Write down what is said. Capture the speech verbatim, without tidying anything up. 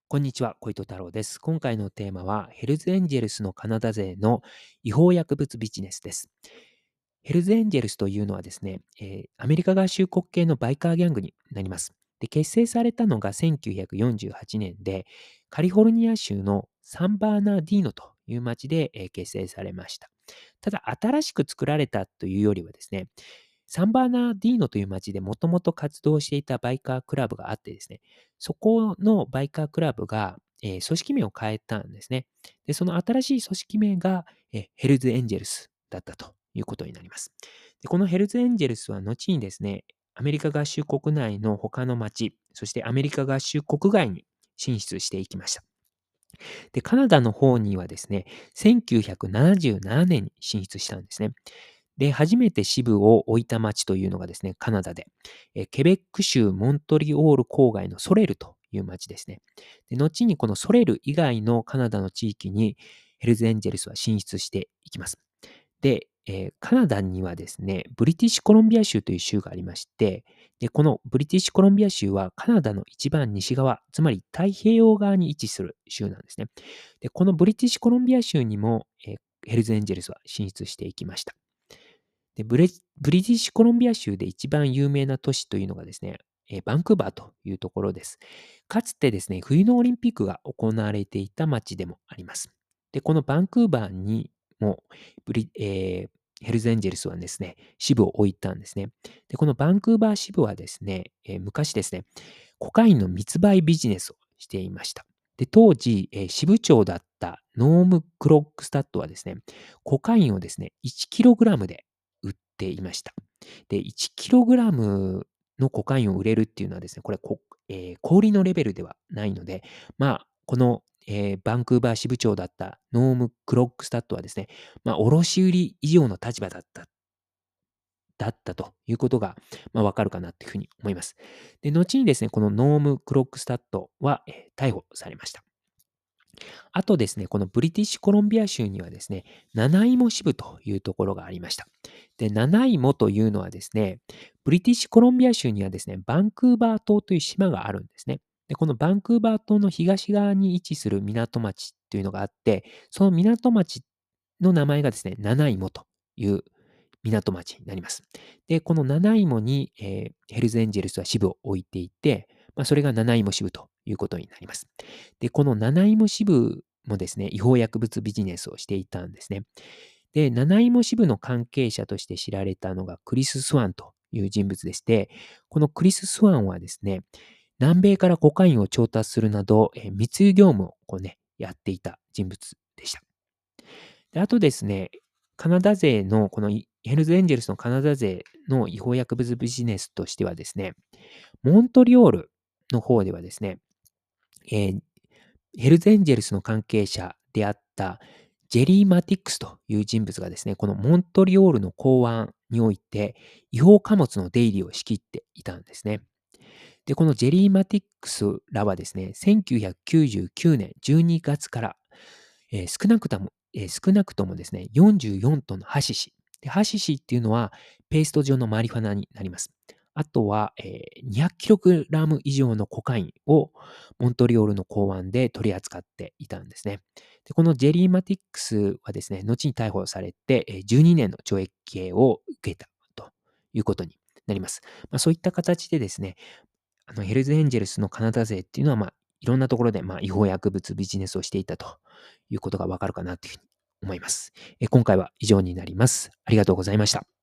こんにちは、小糸太郎です。今回のテーマは、ヘルズエンジェルスのカナダ勢の違法薬物ビジネスです。ヘルズエンジェルスというのはですね、えーアメリカ合衆国系のバイカーギャングになります。で、結成されたのがせんきゅうひゃくよんじゅうはちねんで、カリフォルニア州のサンバーナディーノという町で、えー結成されました。ただ、新しく作られたというよりはですね、サンバーナディーノという町でもともと活動していたバイカークラブがあってですね、そこのバイカークラブが、えー組織名を変えたんですね。で、その新しい組織名が、えーヘルズエンジェルスだったということになります。で、このヘルズエンジェルスは後にですね、アメリカ合衆国内の他の町、そしてアメリカ合衆国外に進出していきました。で、カナダの方にはですね、せんきゅうひゃくななじゅうななねんに進出したんですね。で、初めて支部を置いた町というのがですね、カナダで、えーケベック州モントリオール郊外のソレルという町ですね。で、後にこのソレル以外のカナダの地域にヘルズエンジェルスは進出していきます。で、えーカナダにはですね、ブリティッシュコロンビア州という州がありまして、で、このブリティッシュコロンビア州はカナダの一番西側、つまり太平洋側に位置する州なんですね。で、このブリティッシュコロンビア州にも、えーヘルズエンジェルスは進出していきました。で、ブレブリティッシュコロンビア州で一番有名な都市というのがですね、えーバンクーバーというところです。かつてですね、冬のオリンピックが行われていた街でもあります。で、このバンクーバーにもブリ、えーヘルズエンジェルスはですね、支部を置いたんですね。で、このバンクーバー支部はですね、えー昔ですね、コカインの密売ビジネスをしていました。で、当時、えー支部長だったノーム・クロックスタットはですね、コカインをですね、いちキログラムで売っていました。で、いちキログラムのコカインを売れるっていうのはですね、これ、こえー小売りのレベルではないので、まあ、この、えーバンクーバー支部長だったノーム・クロックスタットはですね、まあ、卸売以上の立場だっただったということが、まあ、わかるかなというふうに思います。で、後にですね、このノーム・クロックスタットは、えー逮捕されました。あとですね、このブリティッシュコロンビア州にはですね、ナナイモ支部というところがありました。で、ナナイモというのはですね、ブリティッシュコロンビア州にはですね、バンクーバー島という島があるんですね。で、このバンクーバー島の東側に位置する港町というのがあって、その港町の名前がですね、ナナイモという港町になります。で、このナナイモに、えーヘルズエンジェルスは支部を置いていて、まあ、それがナナイモ支部ということになります。で、このナナイモ支部もですね、違法薬物ビジネスをしていたんですね。で、ナナイモ支部の関係者として知られたのがクリス・スワンという人物でして、このクリス・スワンはですね、南米からコカインを調達するなど、えー密輸業務をこうね、やっていた人物でした。で、あとですね、カナダ勢の、このいヘルズエンジェルスのカナダ勢の違法薬物ビジネスとしてはですね、モントリオールの方ではですね、えーヘルズエンジェルスの関係者であったジェリー・マティックスという人物がですね、このモントリオールの港湾において違法貨物の出入りを仕切っていたんですね。で、このジェリー・マティックスらはですね、せんきゅうひゃくきゅうじゅうきゅうねんじゅうにがつから、えー少なくとも、えー少なくともですね、よんじゅうよんトンのハシシ。で、ハシシっていうのはペースト状のマリファナになります。あとは、えー、にひゃくキログラム以上のコカインをモントリオールの港湾で取り扱っていたんですね。で、このジェリー・マティックスはですね、後に逮捕されて、えーじゅうにねんの懲役刑を受けたということになります。まあ、そういった形でですね、あのヘルズエンジェルスのカナダ勢っていうのは、まあ、いろんなところで、まあ、違法薬物ビジネスをしていたということがわかるかなというふうに思います。え今回は以上になります。ありがとうございました。